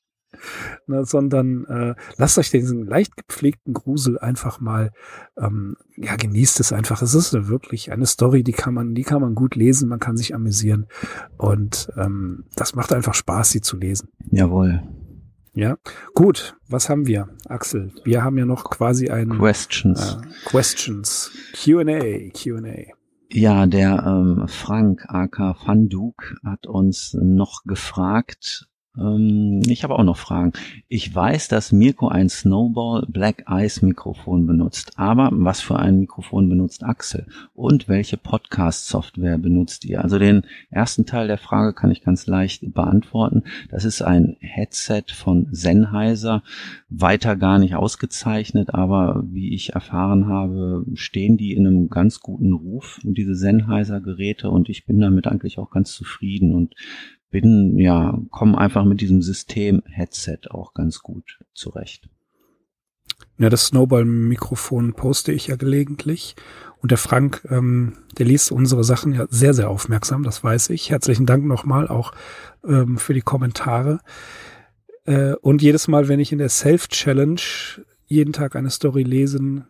Sondern lasst euch diesen leicht gepflegten Grusel einfach mal, genießt es einfach. Es ist wirklich eine Story, die kann man gut lesen, man kann sich amüsieren und das macht einfach Spaß, sie zu lesen. Jawohl. Ja, gut. Was haben wir, Axel? Wir haben ja noch quasi ein Questions. Q&A. Ja, der Frank aka Fanduk hat uns noch gefragt. Ich habe auch noch Fragen. Ich weiß, dass Mirko ein Snowball Black Ice Mikrofon benutzt, aber was für ein Mikrofon benutzt Axel? Und welche Podcast-Software benutzt ihr? Also den ersten Teil der Frage kann ich ganz leicht beantworten. Das ist ein Headset von Sennheiser, weiter gar nicht ausgezeichnet, aber wie ich erfahren habe, stehen die in einem ganz guten Ruf, diese Sennheiser-Geräte, und ich bin damit eigentlich auch ganz zufrieden und komme einfach mit diesem System-Headset auch ganz gut zurecht. Ja, das Snowball-Mikrofon poste ich ja gelegentlich. Und der Frank, der liest unsere Sachen ja sehr, sehr aufmerksam, das weiß ich. Herzlichen Dank nochmal auch für die Kommentare. Und jedes Mal, wenn ich in der Self-Challenge jeden Tag eine Story lesen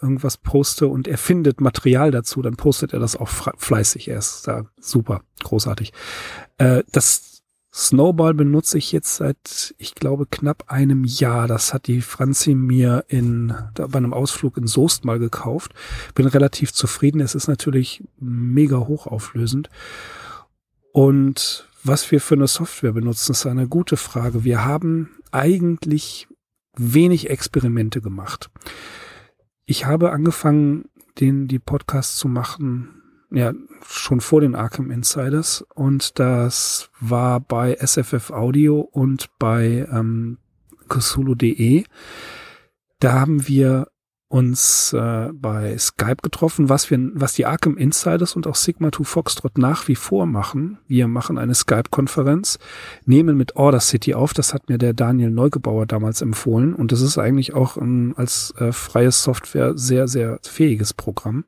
irgendwas poste und er findet Material dazu, dann postet er das auch fleißig. Er ist da super, großartig. Das Snowball benutze ich jetzt seit, ich glaube, knapp einem Jahr. Das hat die Franzi mir bei einem Ausflug in Soest mal gekauft. Bin relativ zufrieden. Es ist natürlich mega hochauflösend. Und was wir für eine Software benutzen, ist eine gute Frage. Wir haben eigentlich wenig Experimente gemacht. Ich habe angefangen, die Podcasts zu machen, ja, schon vor den Arkham Insiders, und das war bei SFF Audio und bei Cthulhu.de. Da haben wir uns bei Skype getroffen, was die Arkham Insiders und auch Sigma 2 Foxtrot nach wie vor machen. Wir machen eine Skype-Konferenz, nehmen mit Audacity auf. Das hat mir der Daniel Neugebauer damals empfohlen, und das ist eigentlich auch als freie Software sehr, sehr fähiges Programm.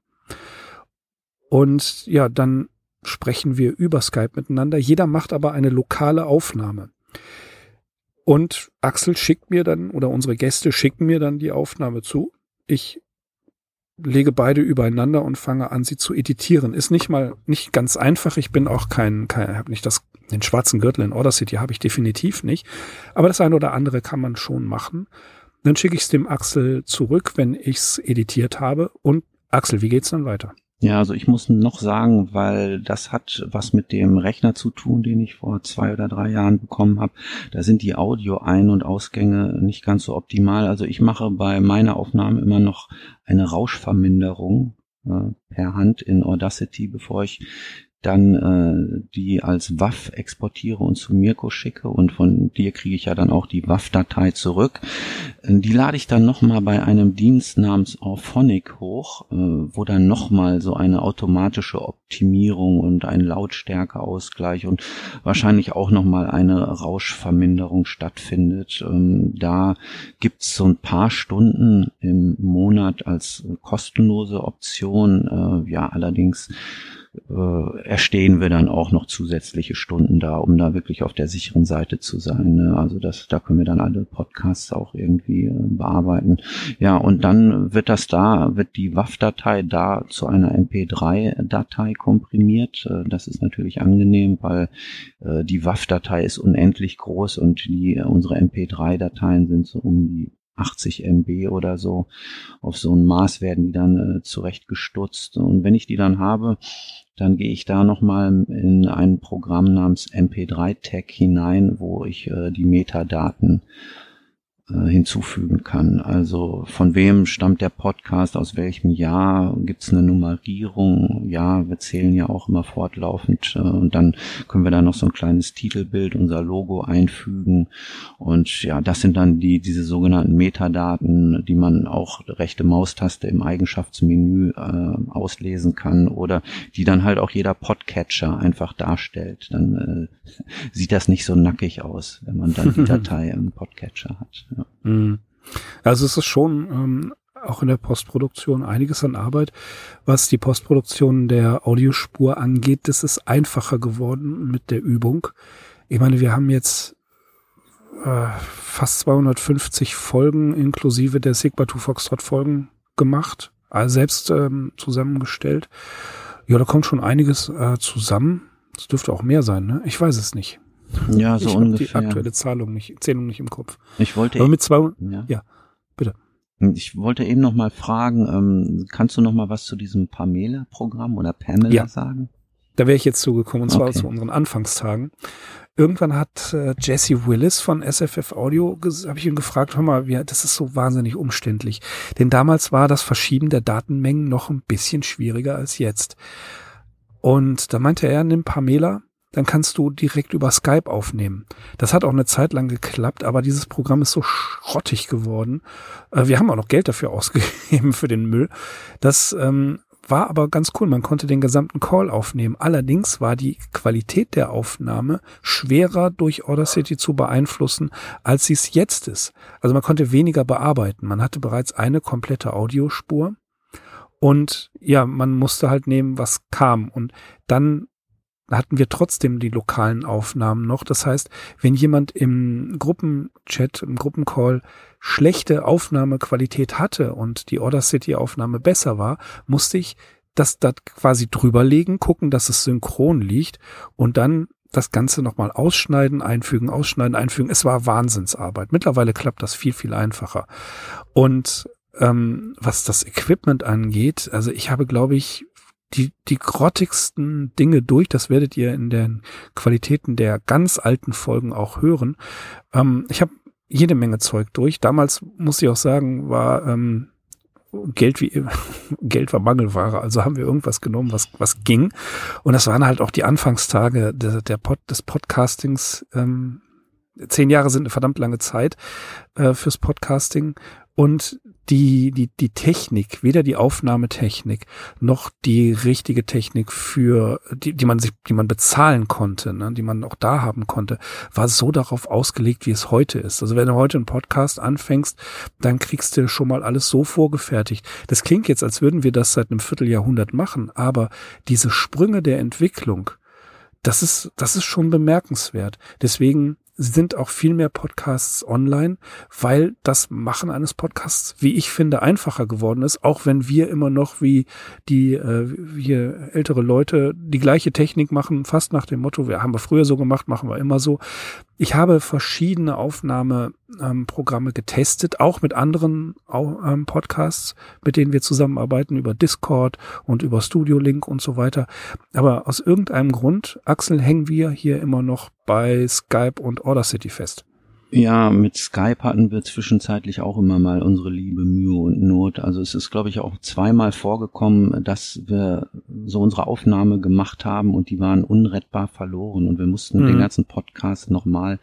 Und ja, dann sprechen wir über Skype miteinander. Jeder macht aber eine lokale Aufnahme. Und Axel schickt mir dann, oder unsere Gäste schicken mir dann die Aufnahme zu. Ich lege beide übereinander und fange an, sie zu editieren. Ist nicht ganz einfach. Ich bin auch habe nicht den schwarzen Gürtel in Audacity, habe ich definitiv nicht. Aber das eine oder andere kann man schon machen. Dann schicke ich es dem Axel zurück, wenn ich es editiert habe. Und Axel, wie geht's dann weiter? Ja, also ich muss noch sagen, weil das hat was mit dem Rechner zu tun, den ich vor 2 oder 3 Jahren bekommen habe. Da sind die Audio-Ein- und Ausgänge nicht ganz so optimal. Also ich mache bei meiner Aufnahme immer noch eine Rauschverminderung per Hand in Audacity, bevor ich dann die als WAV exportiere und zu Mirko schicke, und von dir kriege ich ja dann auch die WAV-Datei zurück. Die lade ich dann nochmal bei einem Dienst namens Auphonic hoch, wo dann nochmal so eine automatische Optimierung und ein Lautstärkeausgleich und wahrscheinlich auch nochmal eine Rauschverminderung stattfindet. Da gibt's so ein paar Stunden im Monat als kostenlose Option. Ja, allerdings erstehen wir dann auch noch zusätzliche Stunden da, um da wirklich auf der sicheren Seite zu sein. Ne? Also da können wir dann alle Podcasts auch irgendwie bearbeiten. Ja, und dann wird die WAV-Datei da zu einer MP3-Datei komprimiert. Das ist natürlich angenehm, weil die WAV-Datei ist unendlich groß und unsere MP3-Dateien sind so um die 80 MB oder so. Auf so ein Maß werden die dann zurechtgestutzt. Und wenn ich die dann habe, dann gehe ich da nochmal in ein Programm namens MP3-Tag hinein, wo ich die Metadaten hinzufügen kann. Also von wem stammt der Podcast, aus welchem Jahr, gibt's eine Nummerierung? Ja, wir zählen ja auch immer fortlaufend, und dann können wir da noch so ein kleines Titelbild, unser Logo einfügen, und ja, das sind dann diese sogenannten Metadaten, die man auch rechte Maustaste im Eigenschaftsmenü auslesen kann, oder die dann halt auch jeder Podcatcher einfach darstellt. Dann sieht das nicht so nackig aus, wenn man dann die Datei im Podcatcher hat. Ja. Also es ist schon auch in der Postproduktion einiges an Arbeit. Was die Postproduktion der Audiospur angeht, das ist einfacher geworden mit der Übung. Ich meine, wir haben jetzt fast 250 Folgen inklusive der Sigma 2 Foxtrot Folgen gemacht, also selbst zusammengestellt. Ja, da kommt schon einiges zusammen. Es dürfte auch mehr sein, ne? Ich weiß es nicht. Ja, so ich ungefähr. Die aktuelle Zählung nicht im Kopf. Ich wollte aber mit ja, bitte. Ich wollte eben noch mal fragen, kannst du noch mal was zu diesem Pamela-Programm oder Pamela sagen? Da wäre ich jetzt zugekommen, und zwar zu unseren Anfangstagen. Irgendwann hat Jesse Willis von SFF Audio, habe ich ihn gefragt, hör mal, das ist so wahnsinnig umständlich. Denn damals war das Verschieben der Datenmengen noch ein bisschen schwieriger als jetzt. Und da meinte er, nimm Pamela, dann kannst du direkt über Skype aufnehmen. Das hat auch eine Zeit lang geklappt, aber dieses Programm ist so schrottig geworden. Wir haben auch noch Geld dafür ausgegeben für den Müll. Das war aber ganz cool. Man konnte den gesamten Call aufnehmen. Allerdings war die Qualität der Aufnahme schwerer durch Audacity zu beeinflussen, als sie es jetzt ist. Also man konnte weniger bearbeiten. Man hatte bereits eine komplette Audiospur. Und ja, man musste halt nehmen, was kam. Und dann hatten wir trotzdem die lokalen Aufnahmen noch. Das heißt, wenn jemand im Gruppenchat, im Gruppencall schlechte Aufnahmequalität hatte und die Audacity-Aufnahme besser war, musste ich das da quasi drüberlegen, gucken, dass es synchron liegt und dann das Ganze nochmal ausschneiden, einfügen, ausschneiden, einfügen. Es war Wahnsinnsarbeit. Mittlerweile klappt das viel, viel einfacher. Und was das Equipment angeht, also ich habe, glaube ich, die grottigsten Dinge durch. Das werdet ihr in den Qualitäten der ganz alten Folgen auch hören. Ich habe jede Menge Zeug durch. Damals, muss ich auch sagen, war Geld war Mangelware. Also haben wir irgendwas genommen, was ging. Und das waren halt auch die Anfangstage des Podcastings. 10 Jahre sind eine verdammt lange Zeit fürs Podcasting. Und die Technik, weder die Aufnahmetechnik noch die richtige Technik für die man bezahlen konnte, ne, die man auch da haben konnte, war so darauf ausgelegt, wie es heute ist. Also wenn du heute einen Podcast anfängst, dann kriegst du schon mal alles so vorgefertigt. Das klingt jetzt, als würden wir das seit einem Vierteljahrhundert machen, aber diese Sprünge der Entwicklung, das ist schon bemerkenswert. Deswegen sind auch viel mehr Podcasts online, weil das Machen eines Podcasts, wie ich finde, einfacher geworden ist, auch wenn wir immer noch wie wir ältere Leute die gleiche Technik machen, fast nach dem Motto, haben wir früher so gemacht, machen wir immer so. Ich habe verschiedene Aufnahmeprogramme getestet, auch mit anderen Podcasts, mit denen wir zusammenarbeiten, über Discord und über Studio Link und so weiter. Aber aus irgendeinem Grund, Axel, hängen wir hier immer noch bei Skype und Audacity fest. Ja, mit Skype hatten wir zwischenzeitlich auch immer mal unsere liebe Mühe und Not. Also es ist, glaube ich, auch zweimal vorgekommen, dass wir so unsere Aufnahme gemacht haben und die waren unrettbar verloren und wir mussten den ganzen Podcast nochmal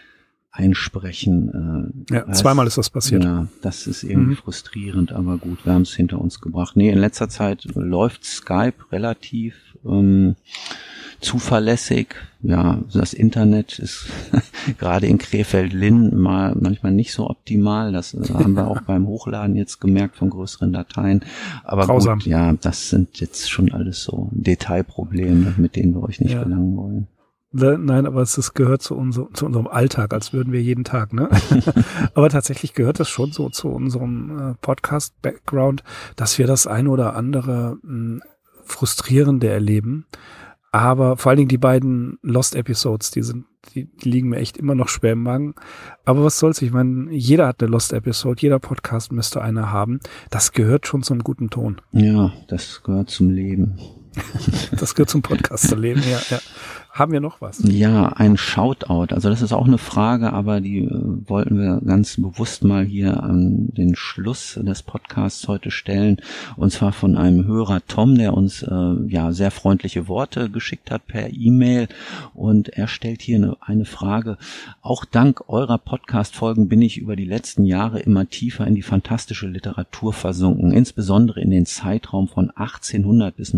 einsprechen. Zweimal ist das passiert. Ja, das ist irgendwie frustrierend, aber gut, wir haben es hinter uns gebracht. Nee, in letzter Zeit läuft Skype relativ zuverlässig. Ja, das Internet ist gerade in Krefeld-Linn manchmal nicht so optimal. Das haben wir auch beim Hochladen jetzt gemerkt von größeren Dateien. Aber grausam. Gut, ja, das sind jetzt schon alles so Detailprobleme, mit denen wir euch nicht belangen wollen. Nein, aber es gehört zu unserem Alltag, als würden wir jeden Tag, ne? Aber tatsächlich gehört das schon so zu unserem Podcast-Background, dass wir das ein oder andere Frustrierende erleben. Aber vor allen Dingen die beiden Lost Episodes, die liegen mir echt immer noch schwer im Magen. Aber was soll's? Ich meine, jeder hat eine Lost Episode, jeder Podcast müsste eine haben. Das gehört schon zum guten Ton. Ja, das gehört zum Leben. Das gehört zum Podcasterleben, ja. Haben wir noch was? Ja, ein Shoutout. Also das ist auch eine Frage, aber die wollten wir ganz bewusst mal hier an den Schluss des Podcasts heute stellen. Und zwar von einem Hörer Tom, der uns sehr freundliche Worte geschickt hat per E-Mail. Und er stellt hier eine Frage. Auch dank eurer Podcast-Folgen bin ich über die letzten Jahre immer tiefer in die fantastische Literatur versunken, insbesondere in den Zeitraum von 1800 bis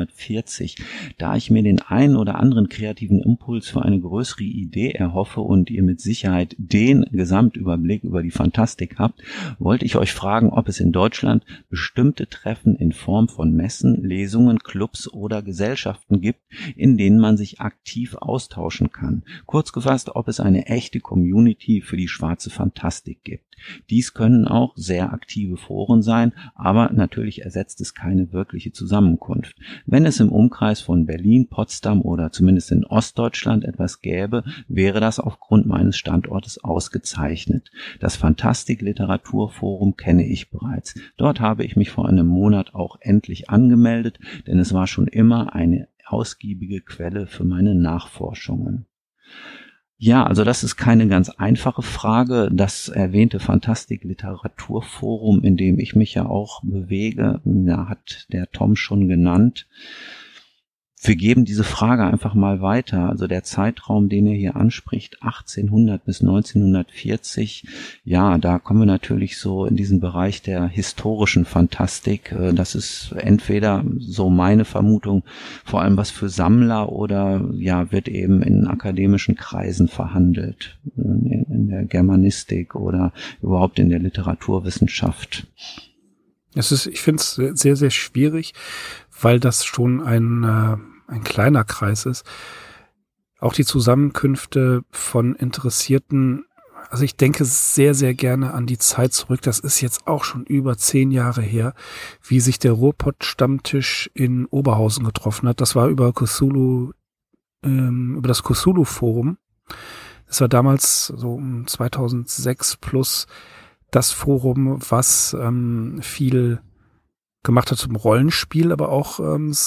1940, da ich mir den einen oder anderen kreativen Impuls für eine größere Idee erhoffe und ihr mit Sicherheit den Gesamtüberblick über die Fantastik habt, wollte ich euch fragen, ob es in Deutschland bestimmte Treffen in Form von Messen, Lesungen, Clubs oder Gesellschaften gibt, in denen man sich aktiv austauschen kann. Kurz gefasst, ob es eine echte Community für die schwarze Fantastik gibt. Dies können auch sehr aktive Foren sein, aber natürlich ersetzt es keine wirkliche Zusammenkunft. Wenn es im Umkreis von Berlin, Potsdam oder zumindest in Ostdeutschland etwas gäbe, wäre das aufgrund meines Standortes ausgezeichnet. Das Fantastik-Literaturforum kenne ich bereits. Dort habe ich mich vor einem Monat auch endlich angemeldet, denn es war schon immer eine ausgiebige Quelle für meine Nachforschungen. Ja, also das ist keine ganz einfache Frage. Das erwähnte Fantastik-Literaturforum, in dem ich mich ja auch bewege, hat der Tom schon genannt. Wir geben diese Frage einfach mal weiter. Also der Zeitraum, den er hier anspricht, 1800 bis 1940, ja, da kommen wir natürlich so in diesen Bereich der historischen Fantastik. Das ist entweder, so meine Vermutung, vor allem was für Sammler oder ja, wird eben in akademischen Kreisen verhandelt, in der Germanistik oder überhaupt in der Literaturwissenschaft. Ich finde es sehr, sehr schwierig, weil das schon ein ein kleiner Kreis ist. Auch die Zusammenkünfte von Interessierten, also ich denke sehr, sehr gerne an die Zeit zurück. Das ist jetzt auch schon über 10 Jahre her, wie sich der Ruhrpott-Stammtisch in Oberhausen getroffen hat. Das war über Cthulhu, über das Cthulhu-Forum. Das war damals so 2006 plus das Forum, was viel gemacht hat zum Rollenspiel, aber auch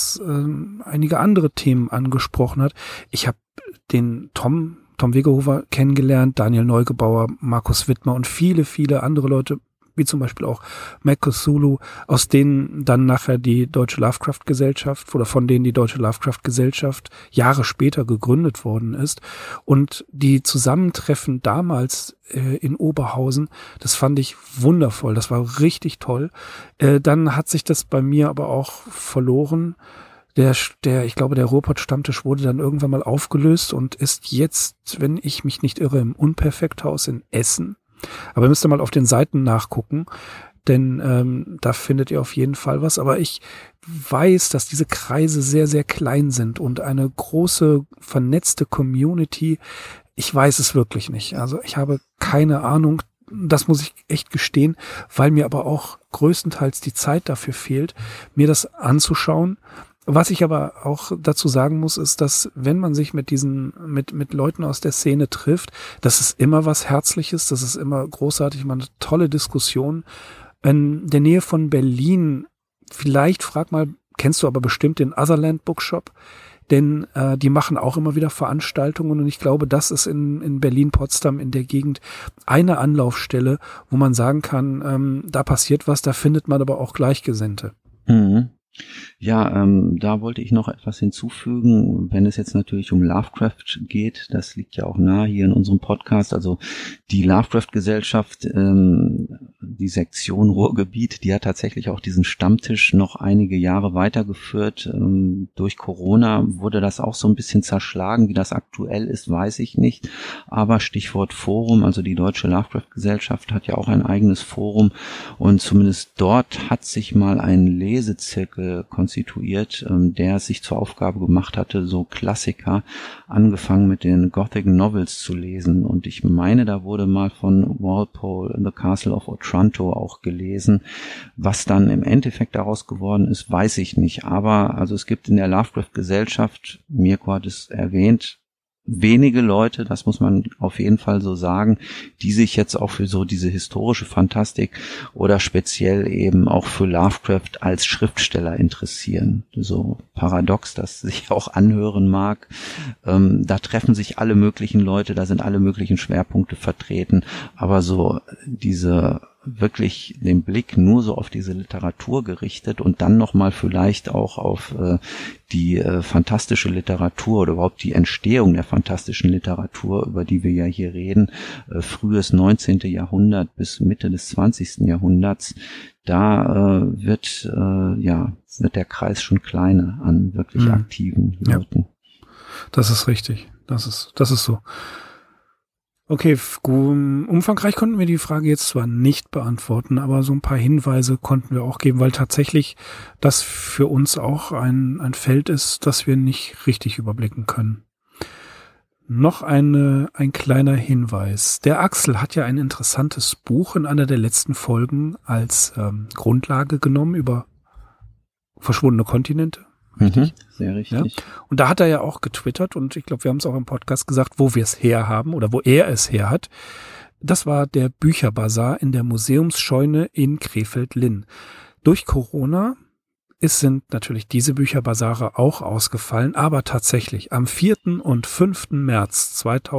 einige andere Themen angesprochen hat. Ich habe den Tom Wegehofer kennengelernt, Daniel Neugebauer, Markus Wittmer und viele, viele andere Leute, wie zum Beispiel auch Mac Cthulhu, aus denen dann nachher die Deutsche Lovecraft-Gesellschaft oder von denen die Deutsche Lovecraft-Gesellschaft Jahre später gegründet worden ist. Und die Zusammentreffen damals in Oberhausen, das fand ich wundervoll, das war richtig toll. Dann hat sich das bei mir aber auch verloren. Ich glaube, der Ruhrpott-Stammtisch wurde dann irgendwann mal aufgelöst und ist jetzt, wenn ich mich nicht irre, im Unperfekthaus in Essen. Aber ihr müsst mal auf den Seiten nachgucken, denn da findet ihr auf jeden Fall was. Aber ich weiß, dass diese Kreise sehr, sehr klein sind und eine große, vernetzte Community, ich weiß es wirklich nicht. Also ich habe keine Ahnung, das muss ich echt gestehen, weil mir aber auch größtenteils die Zeit dafür fehlt, mir das anzuschauen. Was ich aber auch dazu sagen muss, ist, dass wenn man sich mit Leuten aus der Szene trifft, das ist immer was Herzliches, das ist immer großartig, mal eine tolle Diskussion. In der Nähe von Berlin, vielleicht kennst du aber bestimmt den Otherland Bookshop, denn die machen auch immer wieder Veranstaltungen und ich glaube, das ist in Berlin-Potsdam in der Gegend eine Anlaufstelle, wo man sagen kann, da passiert was, da findet man aber auch Gleichgesinnte. Mhm. Ja, da wollte ich noch etwas hinzufügen, wenn es jetzt natürlich um Lovecraft geht, das liegt ja auch nahe hier in unserem Podcast, also die Lovecraft-Gesellschaft, die Sektion Ruhrgebiet, die hat tatsächlich auch diesen Stammtisch noch einige Jahre weitergeführt. Durch Corona wurde das auch so ein bisschen zerschlagen, wie das aktuell ist, weiß ich nicht, aber Stichwort Forum, also die Deutsche Lovecraft-Gesellschaft hat ja auch ein eigenes Forum und zumindest dort hat sich mal ein Lesezirkel konstituiert, der es sich zur Aufgabe gemacht hatte, so Klassiker, angefangen mit den Gothic Novels zu lesen. Und ich meine, da wurde mal von Walpole The Castle of Otranto auch gelesen. Was dann im Endeffekt daraus geworden ist, weiß ich nicht. Aber also es gibt in der Lovecraft-Gesellschaft, Mirko hat es erwähnt, wenige Leute, das muss man auf jeden Fall so sagen, die sich jetzt auch für so diese historische Fantastik oder speziell eben auch für Lovecraft als Schriftsteller interessieren. So paradox, das sich auch anhören mag. Da treffen sich alle möglichen Leute, da sind alle möglichen Schwerpunkte vertreten, aber so diese wirklich den Blick nur so auf diese Literatur gerichtet und dann nochmal vielleicht auch auf die fantastische Literatur oder überhaupt die Entstehung der fantastischen Literatur, über die wir ja hier reden, frühes 19. Jahrhundert bis Mitte des 20. Jahrhunderts, da wird der Kreis schon kleiner an wirklich aktiven Leuten. Das ist richtig. Das ist so. Okay, umfangreich konnten wir die Frage jetzt zwar nicht beantworten, aber so ein paar Hinweise konnten wir auch geben, weil tatsächlich das für uns auch ein Feld ist, das wir nicht richtig überblicken können. Noch ein kleiner Hinweis. Der Axel hat ja ein interessantes Buch in einer der letzten Folgen als Grundlage genommen über verschwundene Kontinente. Richtig? Sehr richtig. Ja? Und da hat er ja auch getwittert und ich glaube, wir haben es auch im Podcast gesagt, wo wir es her haben oder wo er es her hat. Das war der Bücherbazar in der Museumsscheune in Krefeld-Linn. Durch Corona sind natürlich diese Bücherbazare auch ausgefallen, aber tatsächlich am 4. und 5. März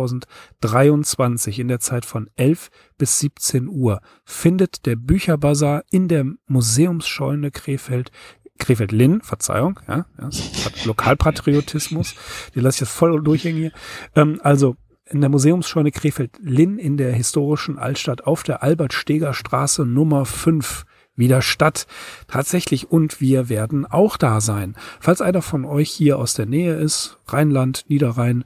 2023 in der Zeit von 11 bis 17 Uhr findet der Bücherbazar in der Museumsscheune Krefeld-Linn, Verzeihung, ja, das hat Lokalpatriotismus, die lasse ich jetzt voll durchhängen hier. Also in der Museumsscheune Krefeld-Linn in der historischen Altstadt auf der Albert-Steger-Straße Nummer 5 wieder statt. Tatsächlich, und wir werden auch da sein. Falls einer von euch hier aus der Nähe ist, Rheinland, Niederrhein,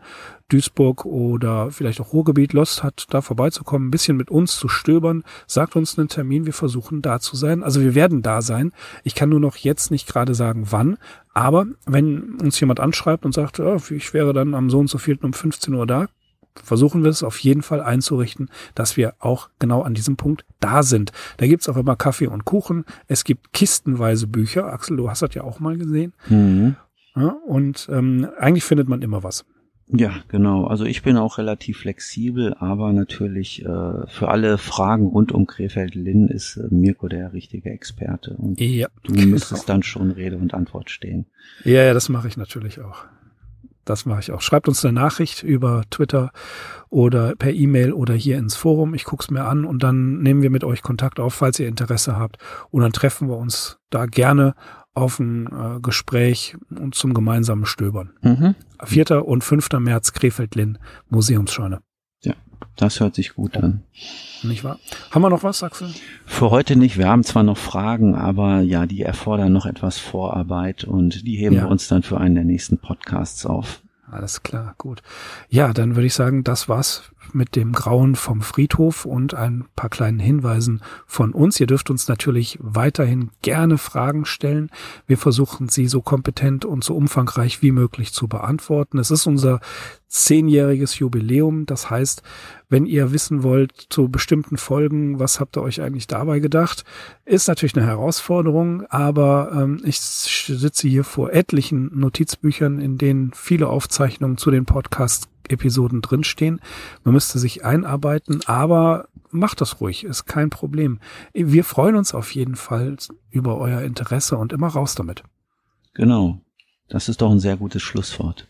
Duisburg oder vielleicht auch Ruhrgebiet Lust hat, da vorbeizukommen, ein bisschen mit uns zu stöbern, sagt uns einen Termin, wir versuchen da zu sein. Also wir werden da sein. Ich kann nur noch jetzt nicht gerade sagen, wann, aber wenn uns jemand anschreibt und sagt, oh, ich wäre dann am so und so vielten um 15 Uhr da, versuchen wir es auf jeden Fall einzurichten, dass wir auch genau an diesem Punkt da sind. Da gibt's auch immer Kaffee und Kuchen. Es gibt kistenweise Bücher. Axel, du hast das ja auch mal gesehen. Mhm. Ja, und eigentlich findet man immer was. Ja, genau. Also ich bin auch relativ flexibel, aber natürlich für alle Fragen rund um Krefeld-Linn ist Mirko der richtige Experte. Und Ja, du müsstest dann schon Rede und Antwort stehen. Ja, das mache ich natürlich auch. Schreibt uns eine Nachricht über Twitter oder per E-Mail oder hier ins Forum. Ich guck's mir an und dann nehmen wir mit euch Kontakt auf, falls ihr Interesse habt. Und dann treffen wir uns da gerne auf ein Gespräch und zum gemeinsamen Stöbern. 4. und 5. März Krefeld-Linn, Museumsscheune. Ja, das hört sich gut an. Nicht wahr? Haben wir noch was, Axel? Für heute nicht. Wir haben zwar noch Fragen, aber ja, die erfordern noch etwas Vorarbeit und die heben wir uns dann für einen der nächsten Podcasts auf. Alles klar, gut. Ja, dann würde ich sagen, das war's mit dem Grauen vom Friedhof und ein paar kleinen Hinweisen von uns. Ihr dürft uns natürlich weiterhin gerne Fragen stellen. Wir versuchen sie so kompetent und so umfangreich wie möglich zu beantworten. Es ist unser 10-jähriges Jubiläum. Das heißt, wenn ihr wissen wollt zu bestimmten Folgen, was habt ihr euch eigentlich dabei gedacht, ist natürlich eine Herausforderung, aber ich sitze hier vor etlichen Notizbüchern, in denen viele Aufzeichnungen zu den Podcast-Episoden drinstehen. Man müsste sich einarbeiten, aber macht das ruhig, ist kein Problem. Wir freuen uns auf jeden Fall über euer Interesse und immer raus damit. Genau, das ist doch ein sehr gutes Schlusswort.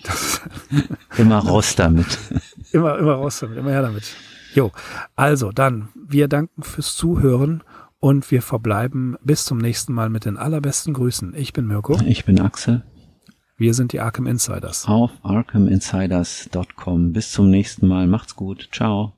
Immer raus damit. Immer raus damit, immer her damit. Jo, also dann, wir danken fürs Zuhören und wir verbleiben bis zum nächsten Mal mit den allerbesten Grüßen. Ich bin Mirko. Ich bin Axel. Wir sind die Arkham Insiders. Auf arkhaminsiders.com. Bis zum nächsten Mal. Macht's gut. Ciao.